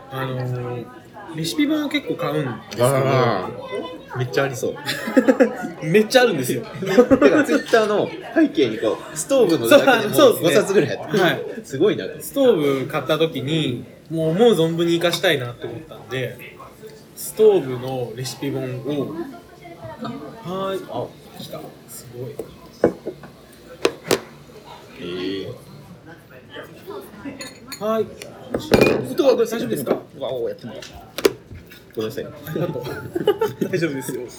レシピ本を結構買うんですけど、 めっちゃありそうめっちゃあるんですよ。 てかツイッターの背景にこうストーブのだけでもそうですね 5冊ぐらいあって、 はい、 すごいな。 ストーブ買った時にもう思う存分に活かしたいなと思ったんで、ストーブのレシピ本を来た。すごい。はい。音はこれ大丈夫ですか？ わお、やってもらう。ごめんなさい。 ありがとう。大丈夫ですよ。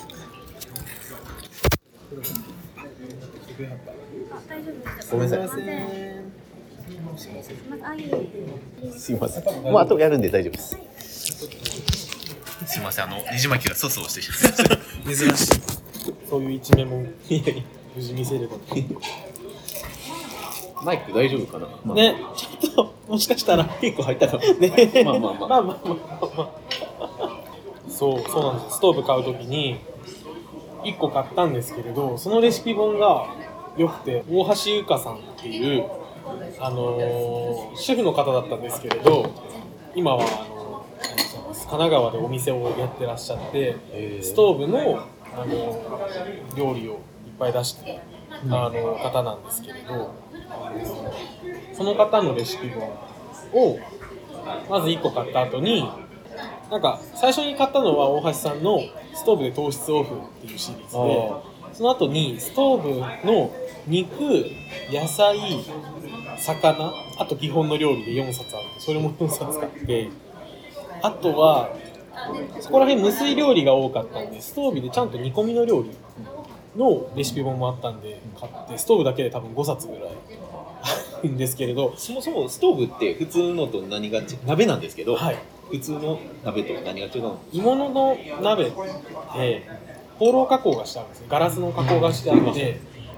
ごめんなさい。すいません。もうあとやるんで大丈夫です。すいません、ねじ巻きが粗相してしまいました。 珍しい。そういう一面も無事見せれば。 マイク大丈夫かな、 ね、ちょっともしかしたら結構入ったかもね。 まあそうなんです。ストーブ買うときに1個買ったんですけれど、そのレシピ本が良くて、大橋ゆかさんっていう主婦の方だったんですけれど、今は神奈川でお店をやってらっしゃって、ストーブの料理をいっぱい出してる方なんですけれど、その方のレシピ本をまず1個買った後に、なんか最初に買ったのは大橋さんのストーブで糖質オフっていうシリーズで、その後にストーブの肉、野菜、魚、あと基本の料理で4冊あって、それも4冊買って、あとはそこら辺無水料理が多かったんで、ストーブでちゃんと煮込みの料理のレシピ本もあったんで買って、ストーブだけで多分5冊ぐらいあるんですけれど、 そもそもストーブって普通のと何が違う、鍋なんですけど、 はい、 普通の鍋と何が違うの？ 鋳物の鍋って放浪加工がしてあるんですね。ガラスの加工がしてあって、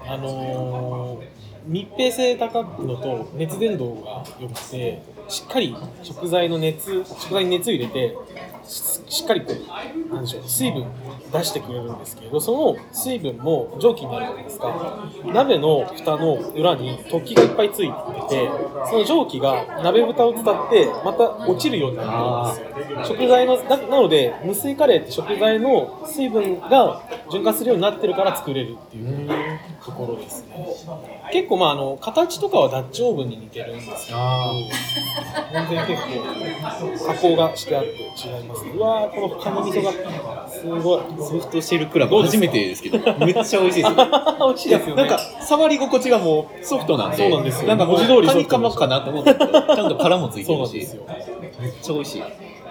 密閉性高いのと熱伝導が良くて、しっかり食材に熱入れてしっかりこう、なんでしょう、水分出してくれるんですけれど、その水分も蒸気になるじゃないですか。鍋の蓋の裏に突起がいっぱいついてて、その蒸気が鍋蓋を伝ってまた落ちるようになってるんですよ。食材の なので無水カレーって食材の水分が循環するようになってるから作れるっていうところですね。結構形とかはダッチオーブンに似てるんですけど、全然結構加工がしてあって違いますね。うわー、このカニ味噌がすごい。 ソフトシェルクラブ初めてですけど、めっちゃ美味しいです。 美味しいですよね。 なんか触り心地がもうソフトなんで、 そうなんですよ。 なんか文字通りカニカマかなと思ったけど、ちゃんと殻もついてそうなるし、 んですよ。 めっちゃ美味しい。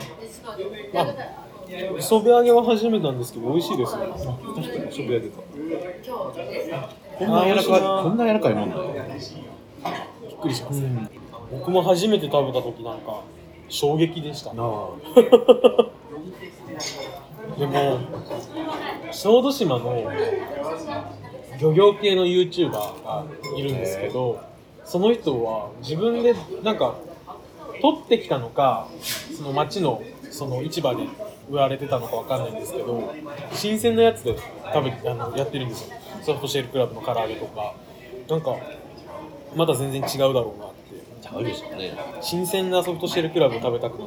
磯辺揚げは初めてなんですけど美味しいですね。 確かに磯辺揚げか。こんな柔らかいもんだよ。 びっくりしますね。僕も初めて食べた時なんか衝撃でした。でも小豆島の漁業系の YouTuber がいるんですけど、その人は自分でなんか取ってきたのか、その町のその市場で売られてたのかわかんないんですけど、新鮮なやつでやってるんですよ。ソフトシェルクラブの唐揚げとか、なんかまた全然違うだろうなって。 あるでしょうね。 新鮮なソフトシェルクラブを食べたくなった。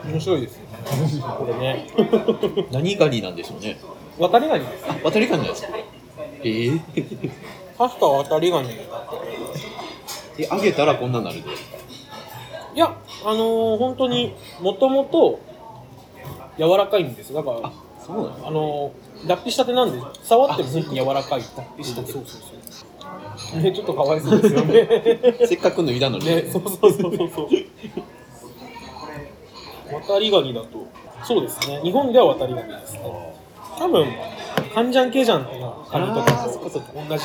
面白いですよね。これね。 何ガニなんでしょうね。 渡りガニです。 渡りガニなんですか。 確か渡りガニ。 揚げたらこんなになるで。 いや、本当にもともと柔らかいんです。だから、 そうなの？ 脱皮したてなんで、触っても本当に柔らかい。脱皮したて。そう。ね、ちょっとかわいそうですよね。 せっかく脱いだのに。 ね、そう。渡りガニだと、そうですね。日本では渡りガニですね。多分、カンジャンケジャンっていうカニとかと同じだと思います。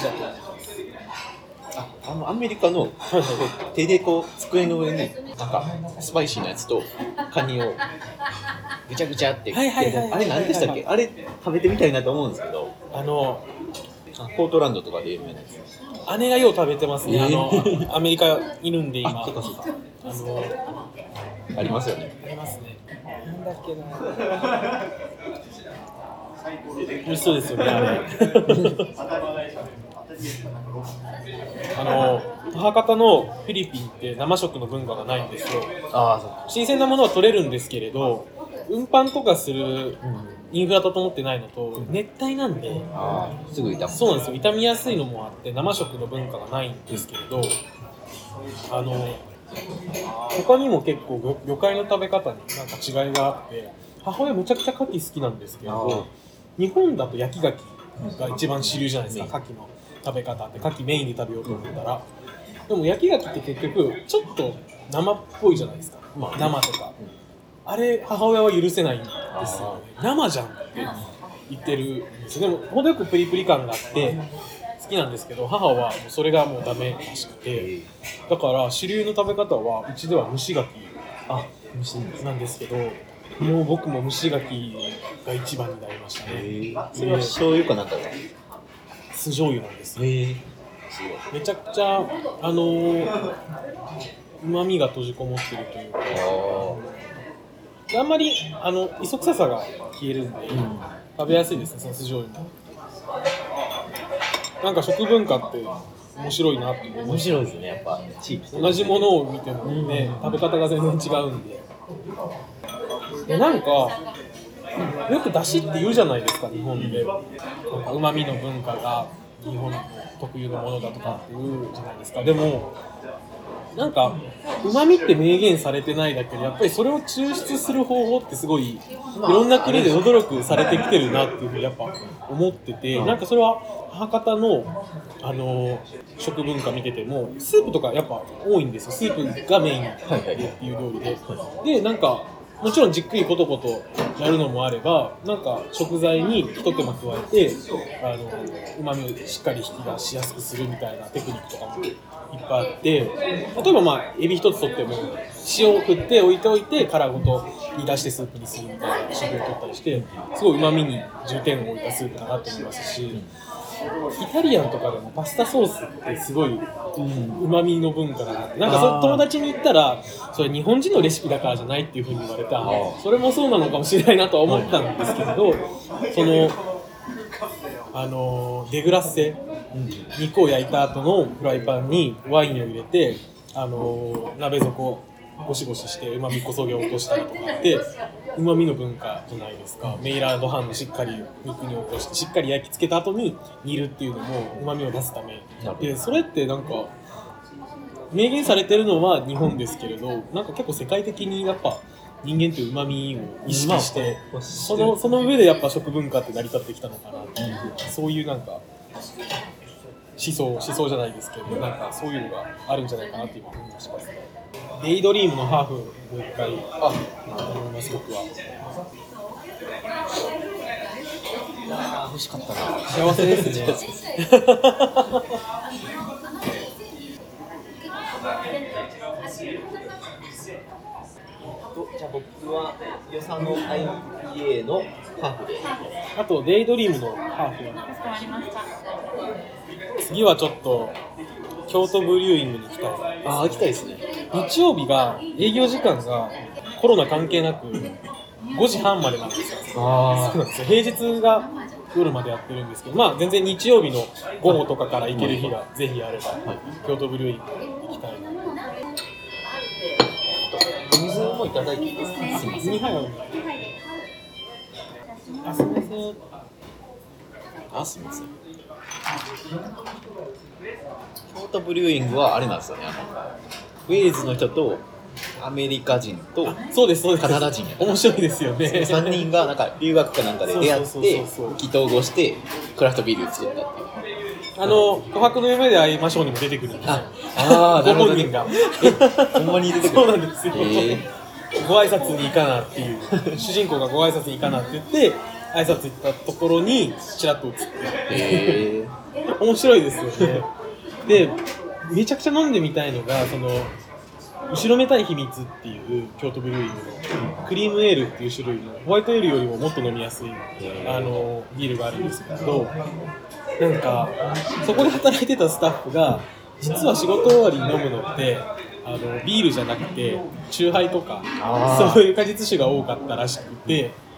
アメリカの手でこう机の上になんかスパイシーなやつとカニをぐちゃぐちゃってあれ何でしたっけ？あれ食べてみたいなと思うんですけど、ポートランドとかで有名なやつ。 姉がよう食べてますね。アメリカいるんで今。 そうか。ありますよね。 ありますね。なんだっけな。美味しそうですよね、あれ。 母方のフィリピンって生食の文化がないんですよ。新鮮なものは取れるんですけれど、運搬とかするインフラ整ってないのと、熱帯なんで、 すぐ傷む。 そうなんですよ。傷みやすいのもあって生食の文化がないんですけれど、他にも結構魚介の食べ方になんか違いがあって、母親めちゃくちゃ牡蠣好きなんですけど、日本だと焼き牡蠣が一番主流じゃないですか。牡蠣の食べ方って、牡蠣メインで食べようと思ったら、でも焼き牡蠣って結局ちょっと生っぽいじゃないですか、生とか、あれ母親は許せないんですよね。生じゃんって言ってるんですよ。でも程よくプリプリ感があって好きなんですけど、母はもうそれがもうダメらしくて、だから主流の食べ方はうちでは蒸し牡蠣なんですけど、もう僕も蒸し牡蠣が一番になりましたね。 それは醤油かなんかが酢醤油なんですよ。めちゃくちゃ旨味が閉じこもってるというか、あんまり磯臭さが消えるんで、食べやすいですね、その酢醤油も。なんか食文化って面白いなって思います。 面白いですね、やっぱ地域同じものを見てもね、食べ方が全然違うんで。なんかよく出汁って言うじゃないですか、日本で。なんか旨味の文化が日本の特有のものだとかっていうじゃないですか。でもなんか旨味って明言されてないだけで、やっぱりそれを抽出する方法ってすごいいろんな国で努力されてきてるなっていうふうにやっぱ思ってて、なんかそれは母方の食文化見てても、スープとかやっぱ多いんですよ。スープがメインっていう料理で、でなんかもちろんじっくりコトコトやるのもあれば、なんか食材に一手間加えて旨味をしっかり引き出しやすくするみたいなテクニックとかもいっぱいあって、例えばエビ一つ取っても塩を振って置いておいて殻ごと煮出してスープにするみたいな手法を取ったりして、すごい旨味に重点を置いたスープだなと思いますし、イタリアンとかでもパスタソースってすごい旨味の文化だなって、なんか友達に言ったらそれ日本人のレシピだからじゃないっていう風に言われた。それもそうなのかもしれないなとは思ったんですけれど、そのデグラッセ、肉を焼いた後のフライパンにワインを入れて鍋底ゴシゴシして旨味こそげを落としたりとかって旨味の文化じゃないですか。メイラード反応しっかり肉に落としてしっかり焼き付けた後に煮るっていうのも旨味を出すためで、それってなんか明言されてるのは日本ですけれど、なんか結構世界的にやっぱ人間って旨味を意識して、その上でやっぱ食文化って成り立ってきたのかなっていう、そういうなんか思想じゃないですけど、なんかそういうのがあるんじゃないかなっていうふうにしますね。デイドリームのハーフもう一回思います、僕は。 いや欲しかったな。 幸せですね。 じゃあ僕は与謝野 IPA のハーフで、 あとデイドリームのハーフ。次はちょっと京都ブリューイングに行きたい。 行きたいですね。 日曜日が営業時間がコロナ関係なく5時半までなんですよ。そうなんですよ。平日が夜までやってるんですけど、全然日曜日の午後とかから行ける日がぜひあれば、京都ブリューイングに行きたいな。 お水もいただいていいですか？ すみません。2杯はすみません。 すみません。京都ブリューイングはあれなんですよね。ウェールズの人とアメリカ人とカナダ人、 面白いですよね。 3人がなんか留学かなんかで出会って意気投合してクラフトビールを作ったっていう。 琥珀の夢で会いましょうにも出てくるんですよ。ご本人がほんまに出てくる。 そうなんですよ。ご挨拶に行かなっていう主人公がご挨拶に行かなって言って挨拶行ったところにちらっと映って面白いですよね。でめちゃくちゃ飲んでみたいのが後ろめたい秘密っていう京都ブリューイングのクリームエールっていう種類のホワイトエールよりももっと飲みやすいビールがあるんですけど、なんかそこで働いてたスタッフが実は仕事終わりに飲むのってビールじゃなくてチューハイとかそういう果実酒が多かったらしくて、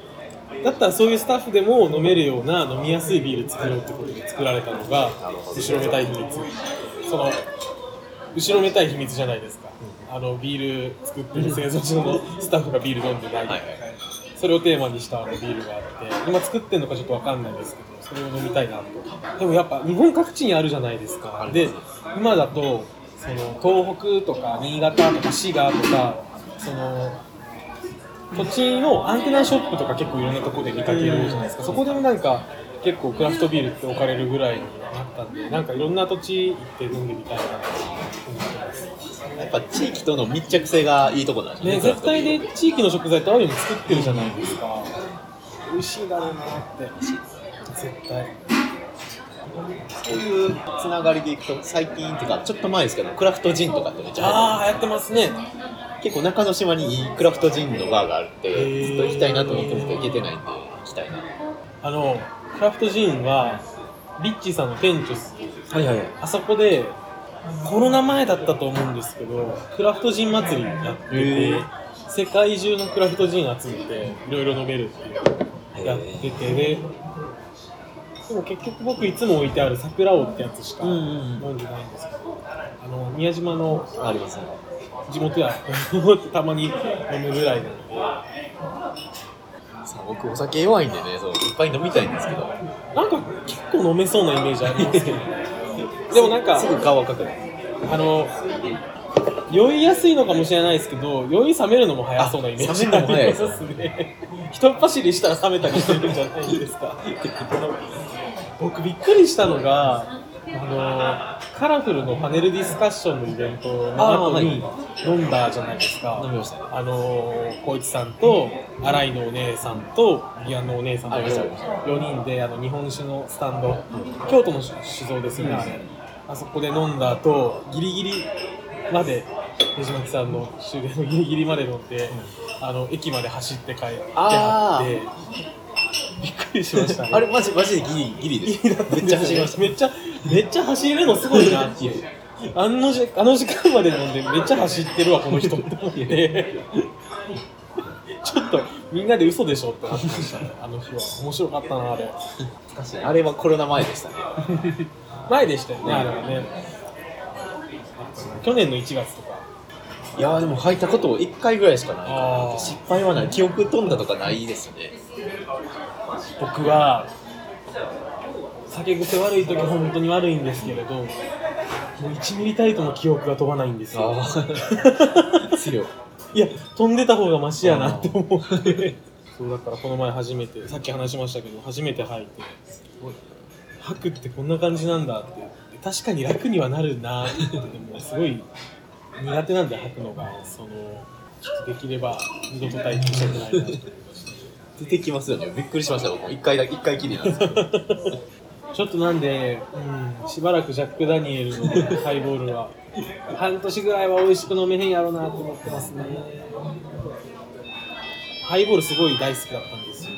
だったらそういうスタッフでも飲めるような飲みやすいビール作ろうってことで作られたのが後ろめたい秘密。その後ろめたい秘密じゃないですか、ビール作ってる製造所のスタッフがビール飲んでない、それをテーマにしたビールがあって、今作ってるのかちょっと分かんないですけど、それを飲みたいなと。でもやっぱ日本各地にあるじゃないですか。で今だとその東北とか新潟とか滋賀とか、その土地のアンテナショップとか結構いろんなところで見かけるじゃないですか。そこでもなんか結構クラフトビールって置かれるぐらいになったんで、なんかいろんな土地行って飲んでみたいなと思ってます。 やっぱ地域との密着性がいいところなんですね。 絶対で地域の食材と合うように作ってるじゃないですか。美味しいだろうなって。絶対。 そういうつながりでいくと最近っていうかちょっと前ですけどクラフトジンとかってめっちゃ流行ってますね。 結構中之島にいいクラフトジンのバーがあってずっと行きたいなと思ってるんですけど行けてないんで行きたいな。 クラフトジンはリッチーさんの店長、あそこでコロナ前だったと思うんですけどクラフトジン祭りやってて、世界中のクラフトジン集めていろいろ飲めるっていうやってて、でも結局僕いつも置いてある桜尾ってやつしか飲んでないんですけど、宮島のありますね、 地元やたまに飲むぐらいなので。 僕お酒弱いんでね、そういっぱい飲みたいんですけど、 なんか結構飲めそうなイメージありますけどでもなんかすぐ顔赤くなる。 酔いやすいのかもしれないですけど、酔い冷めるのも早そうなイメージありますね。一っ走りしたら冷めたりしてるんじゃないですか。僕びっくりしたのがカラフルのパネルディスカッションのイベントの後に飲んだじゃないですか。 飲みましたね。 小市さんと新井のお姉さんとギアのお姉さんと4人で日本酒のスタンド、京都の酒造ですよね、あそこで飲んだ後ギリギリまで藤巻さんの終電のギリギリまで飲んで、駅まで走って帰ってあってびっくりしましたね。 あれマジでギリです。めっちゃ走りました。 めっちゃ走れるのすごいなっていう。あの時間まで飲んでめっちゃ走ってるわこの人って思ってちょっとみんなで嘘でしょってなってましたね。あの日は面白かったな。 あれはコロナ前でしたね。 前でしたよね、あれはね。去年の1月とか。 いやでも履いたこと1回ぐらいしかないから、失敗はない。記憶飛んだとかないですね。 僕は酒癖悪い時本当に悪いんですけれど、もう1ミリたりとも記憶が飛ばないんですよ。 強い。 いや飛んでた方がマシやなって思ってそうだからこの前初めて、さっき話しましたけど初めて吐いて、吐くってこんな感じなんだって、確かに楽にはなるなって。でもすごい苦手なんで吐くのが、できれば二度と体験したくないなって出てきますよね。びっくりしました。僕1回きりなんですけどちょっとなんで、しばらくジャック・ダニエルのハイボールは半年ぐらいは美味しく飲めへんやろうなと思ってますね。ハイボールすごい大好きだったんですよ。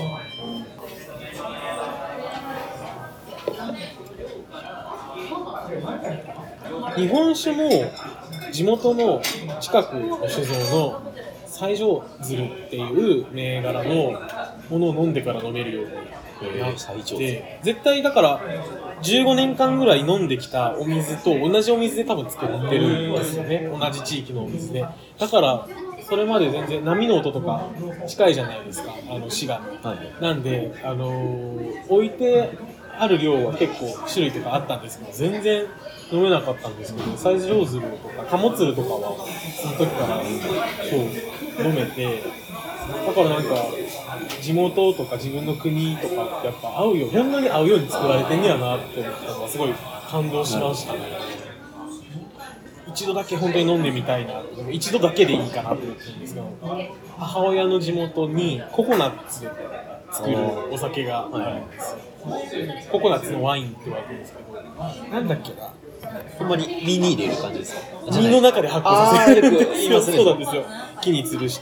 日本酒も地元の近くの酒造の西条鶴っていう銘柄のものを飲んでから飲めるようになって、絶対だから15年間ぐらい飲んできたお水と同じお水で多分作ってるんですよね。同じ地域のお水で。だからそれまで全然波の音とか近いじゃないですか、滋賀の、なんで置いてある量は結構種類とかあったんですけど全然飲めなかったんですけど、西条鶴とか鴨鶴とかはその時からそう飲めて、だからなんか地元とか自分の国とかってやっぱ合うよ、ほんまに合うように作られてんねやなって思ったのがすごい感動しましたね。一度だけ本当に飲んでみたいな、でも一度だけでいいかなと思ってるんですけど、母親の地元にココナッツで作るお酒があるんですよ。ココナッツのワインって言われてるんですけど、なんだっけな、 ほんまに実に入れる感じですか？ 実の中で発酵させる。 言いますね。 そうなんですよ。木に吊るして、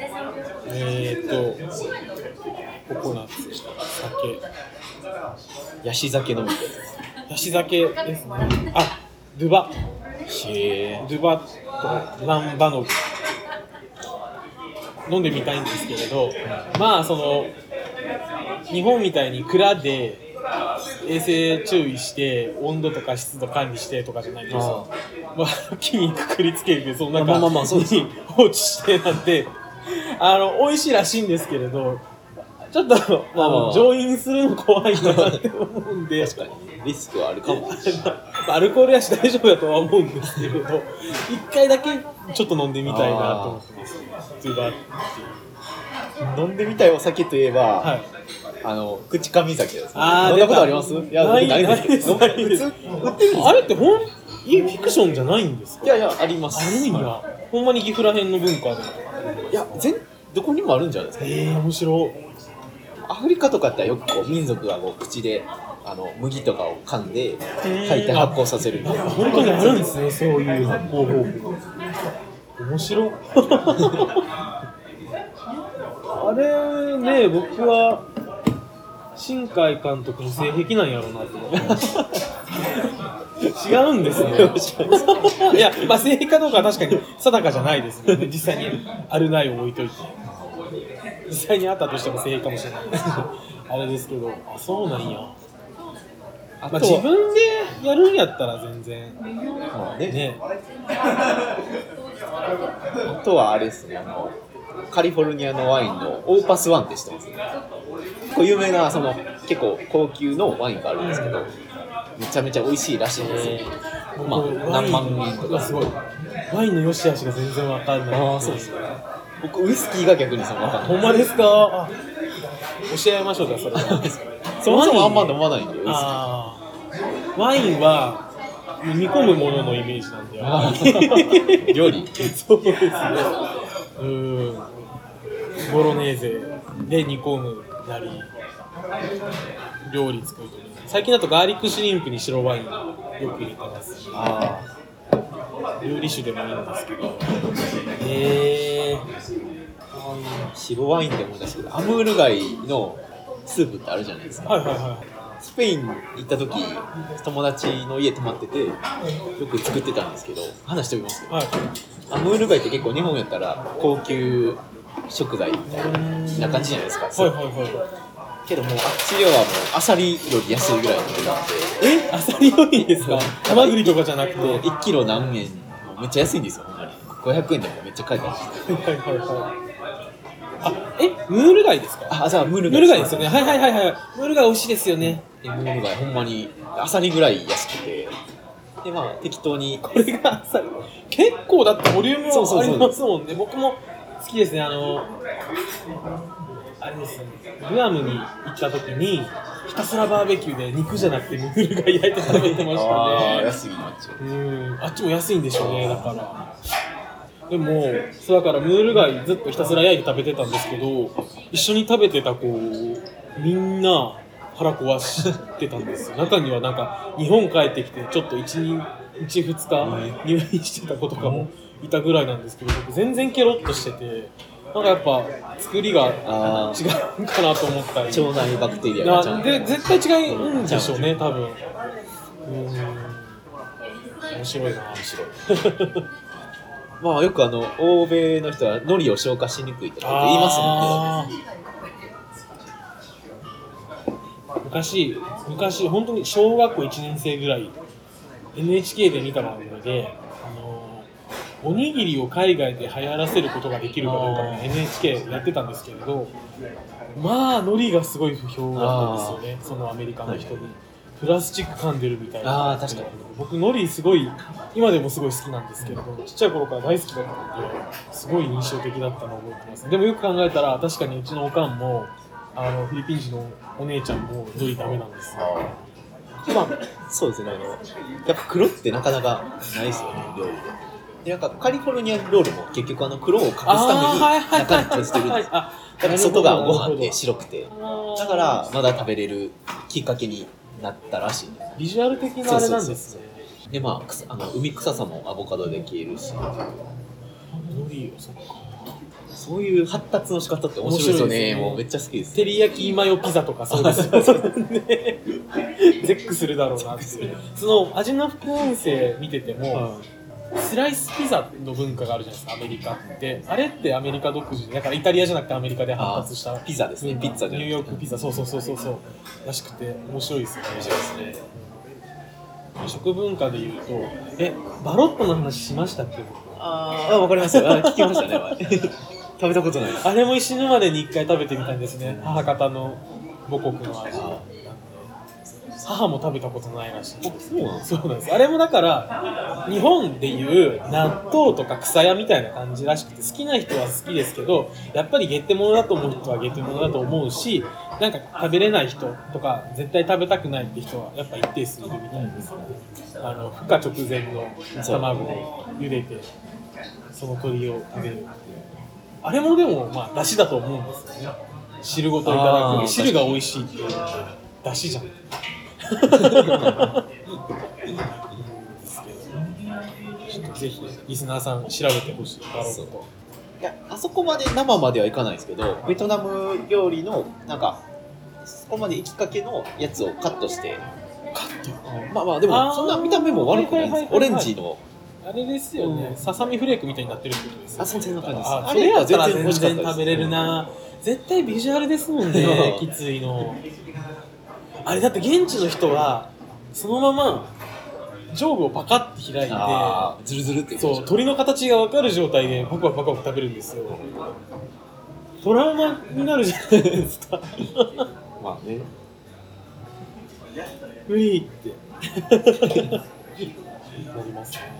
ココナッツ、酒、 ヤシ酒飲む。 ヤシ酒ですね。あ、ドゥバ。ドゥバとナンバノグ。 飲んでみたいんですけれど、まあその日本みたいに蔵で衛生注意して温度とか湿度管理してとかじゃないんですよ。まあ、木にくくりつけてその中に放置してなんて美味しいらしいんですけれど、ちょっと乗飲するの怖いなって思うんで、 確かにリスクはあるかもアルコールやし大丈夫だとは思うんですけれど、一回だけちょっと飲んでみたいなと思ってますね。 飲んでみたいお酒といえば、はい、口上酒です、ね。飲んだことあります？いや、ないですけど。普通売ってるんですか？ あれってフィクションじゃないんですか？ いやあります。 あるんや。ほんまに岐阜ら辺の文化で。 いやどこにもあるんじゃないですか。 面白い。 アフリカとかってよくこう民族がこう口で麦とかを噛んで炊いて発酵させるみたいな。 本当にあるんですね、そういう方法。面白い。あれね、僕は新海監督の性癖なんやろうなと思ってました。違うんですね。いや、まあ性癖かどうかは確かに定かじゃないですね。実際にあるないを置いといて。実際にあったとしても性癖かもしれないですけど、あれですけど、そうなんや。まあ、自分でやるんやったら全然ね。 あとはあれですね、カリフォルニアのワインのオーパスワンって知ってます？結構有名な結構高級のワインがあるんですけど、めちゃめちゃ美味しいらしいんですよ。まあ何万円とか。 すごい。ワインの良し悪しが全然わかんない。 そうですね。僕ウイスキーが逆にわかんない。 ほんまですか？教えましょうか、それは。 そもそもあんま飲まないんで。 ワインは煮込むもののイメージなんだよ。 料理。 そうですね。ボロネーゼで煮込むなり料理作るとき、最近だとガーリックシュリンプに白ワインよく入れてます。料理酒でもいいんですけど。 白ワインって思い出したけど、アムール貝のスープってあるじゃないですか。スペイン行った時、友達の家泊まっててよく作ってたんですけど、話しておきますけど、アムール貝って結構日本やったら高級食材みたいな感じじゃないですか。けどもうあっちではもうアサリより安いぐらいの値段で。アサリよりですか？ハマグリとかじゃなくて 1キロ何円、めっちゃ安いんですよ。ほんまに500円でもめっちゃ買えたんですよ。 ムール貝ですか？ じゃあムール貝ですよね。ムール貝美味しいですよね。 ムール貝ほんまにアサリぐらい安くて、でまあ適当にこれがアサリ結構だってボリュームありますもんね。僕も好きですね。あれですね、グアムに行った時にひたすらバーベキューで肉じゃなくてムール貝焼いて食べてましたね。 安いなあっちも安いんでしょうね。だからでもそうだからムール貝ずっとひたすら焼いて食べてたんですけど、一緒に食べてた子みんな腹壊してたんですよ。中にはなんか日本帰ってきてちょっと1、2日入院してた子とかもいたぐらいなんですけど、僕全然ケロッとしてて、なんかやっぱ作りが違うかなと思ったり、 腸内バクテリアがちゃんとで絶対違うんでしょうね、多分。面白いな。 まあよく欧米の人は海苔を消化しにくいとかって言いますもんね。昔本当に小学校1年生ぐらい NHK で見た番組でおにぎりを海外で流行らせることができるかどうかで NHK やってたんですけれど、まあ海苔がすごい不評だったんですよね。そのアメリカの人にプラスチック噛んでるみたいな。確かに僕海苔すごい今でもすごい好きなんですけれど、ちっちゃい頃から大好きだったのですごい印象的だったのを覚えてます。でもよく考えたら確かにうちのおかんもフィリピン人のお姉ちゃんも海苔ダメなんですよ。そうですね。やっぱ黒ってなかなかないですよね、料理で。でなんかカリフォルニアロールも結局黒を隠すために中に閉じてるんですよ。だから外がご飯で白くて、だからまだ食べれるきっかけになったらしいです。ビジュアル的なあれなんですね。でまあ海臭さもアボカドで消えるし、そういう発達の仕方って面白いですよね。もうめっちゃ好きです。照り焼きマヨピザとかそうですよね。絶句するだろうなって。その味の副音声見てても、 スライスピザの文化があるじゃないですか、アメリカって。あれってアメリカ独自で、だからイタリアじゃなくてアメリカで発達したピザですね、ピッツァじゃなくてニューヨークピザ、そうらしくて面白いですよね。 面白いですね。 食文化でいうと、バロットの話しましたっけ？ わかりますよ。聞きましたね。食べたことないです。 あれも石沼でに1回食べてみたいんですね。母方の母国の味。母も食べたことないらしい。 そうなんです。あれもだから日本でいう納豆とか草屋みたいな感じらしくて、好きな人は好きですけど、やっぱりゲテモノだと思う人はゲテモノだと思うし、なんか食べれない人とか絶対食べたくないって人はやっぱ一定数いるみたいですね。孵化直前の卵を茹でてその鶏を食べるっていう、あれもでもまあ出汁だと思うんですよね。汁ごといただく、汁が美味しいっていう出汁じゃん。ちょっとぜひリスナーさん調べてほしい。バロット。 いや、あそこまで生まではいかないですけど、ベトナム料理のなんかそこまで行きかけのやつをカットして、まあでもそんな見た目も悪くないんです。オレンジのあれですよね、ささみフレークみたいになってるってことですよね。 そんな感じです。 あれやったら全然食べれるな。絶対ビジュアルですもんね。きついの。あれだって現地の人はそのまま上部をパカッて開いて、 ズルズルって、 そう鳥の形が分かる状態でパクパク食べるんですよ。トラウマになるじゃないですか。 まあね、 無理ってなりますね。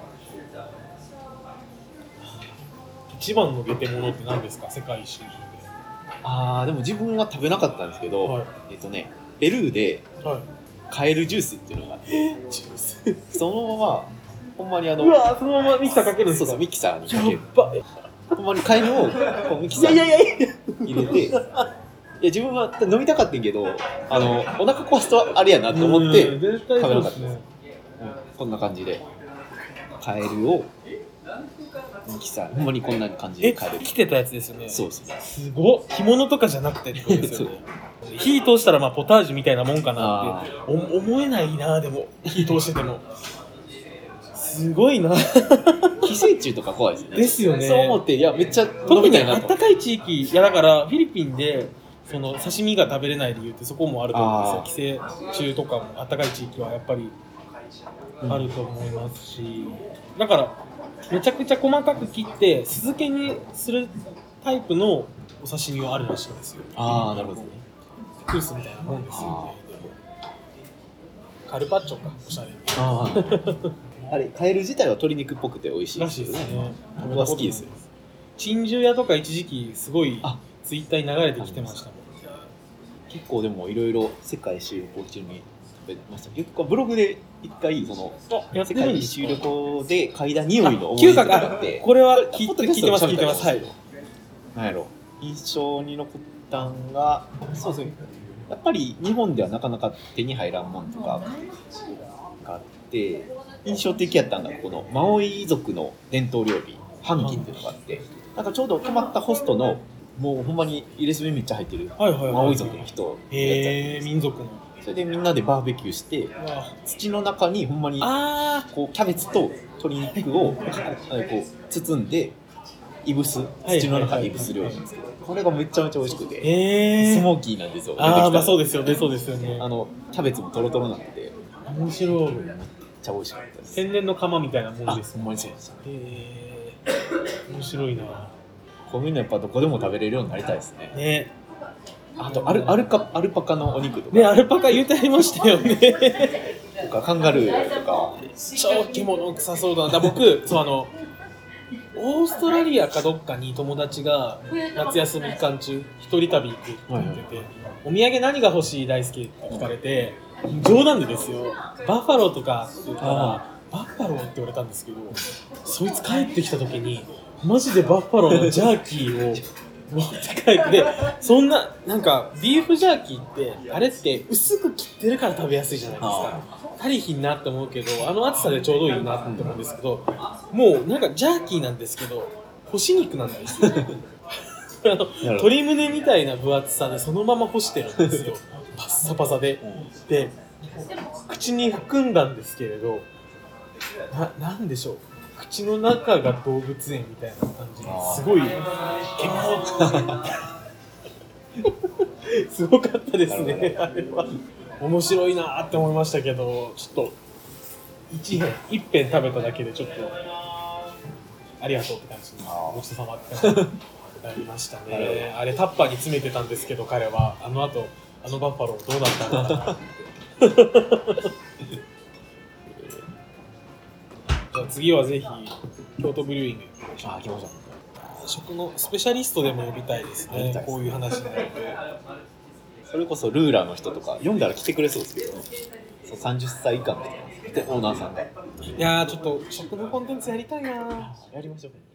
一番のゲテモノって何ですか、世界一周で。 でも自分は食べなかったんですけど、 はい、 ペルーでカエルジュースっていうのがあって、 ジュースそのままほんまにうわそのままミキサーかけるんですか。 そうミキサーにかける。 やっばほんまにカエルをこうミキサーに入れて、いや自分は飲みたかったんけど、お腹壊すとあれやなと思って食べなかったです。こんな感じでカエルをミキサー、ほんまにこんな感じでカエル来てたやつですよね。 そうすごっ、干物とかじゃなくてってことですよね。火通したらまあポタージュみたいなもんかなって思えないな。でも火通しててもすごいな。 寄生虫とか怖いですね。 ですよね。 そう思って、いやめっちゃ特にあったかい地域、いやだからフィリピンでその刺身が食べれない理由ってそこもあると思うんですよ。寄生虫とかもあったかい地域はやっぱりあると思いますし、だからめちゃくちゃ細かく切って酢漬けにするタイプのお刺身はあるらしいんですよ。 なるほどね。 クースみたいなもんですよね。カルパッチョか、おしゃれに。 あれカエル自体は鶏肉っぽくて美味しいらしいですね。 僕は好きですよ。 珍獣屋とか一時期すごいツイッターに流れてきてましたもん。 結構でもいろいろ世界一周旅行中に食べました。結構ブログで一回その世界一周旅行で嗅いだ匂いの思い出があって、 これは聞いてます聞いてます。はい。 なんやろ、印象に残ったんが、そうですね。やっぱり日本ではなかなか手に入らんもんとかがあって印象的やったのがこのマオイ族の伝統料理ハンギンっていうのがあって、なんかちょうど泊まったホストのもうほんまに入れ墨めっちゃ入ってるマオイ族の人民族の、 それでみんなでバーベキューして土の中にほんまにこうキャベツと鶏肉をこう包んでいぶす、土の中にいぶす料理なんですけど、これがめちゃめちゃ美味しくて、スモーキーなんですよ。 まあそうですよね、そうですよね。 キャベツもトロトロになってて面白い。 めっちゃ美味しかったです。 天然の釜みたいなもんです。 ほんまにそうです。 面白いな。 こういうのやっぱどこでも食べれるようになりたいですね。 ね。 あとアルパカのお肉とかね、アルパカ言うてありましたよね。 とかカンガルーとか超獣臭そうだな。僕オーストラリアかどっかに友達が夏休み期間中一人旅行くって言ってて、お土産何が欲しい大輔って聞かれて、冗談でですよ、バッファローとかって言ったらバッファローって言われたんですけど、そいつ帰ってきた時にマジでバッファローのジャーキーを持って帰って、そんななんかビーフジャーキーってあれって薄く切ってるから食べやすいじゃないですか。足りひんなって思うけど、厚さでちょうどいいなって思うんですけど、もうなんかジャーキーなんですけど干し肉なんですよ。鶏胸みたいな分厚さでそのまま干してるんですよ。パッサパサで。で口に含んだんですけれど、なんでしょう、 口の中が動物園みたいな感じですごいすごかったですね。あれは面白いなって思いましたけど、ちょっと一片食べただけでちょっとありがとうって感じにごちそうさまってなりましたね。あれタッパーに詰めてたんですけど、彼はあの後あのバッファローどうなったのかなってじゃあ次はぜひ京都ブリューイング来ました。 食のスペシャリストでも呼びたいですね。こういう話になるとそれこそルーラーの人とか読んだら来てくれそうですけどね。そう30歳以下の人でオーナーさんが。 いやーちょっと食のコンテンツやりたいな。 やりましょう。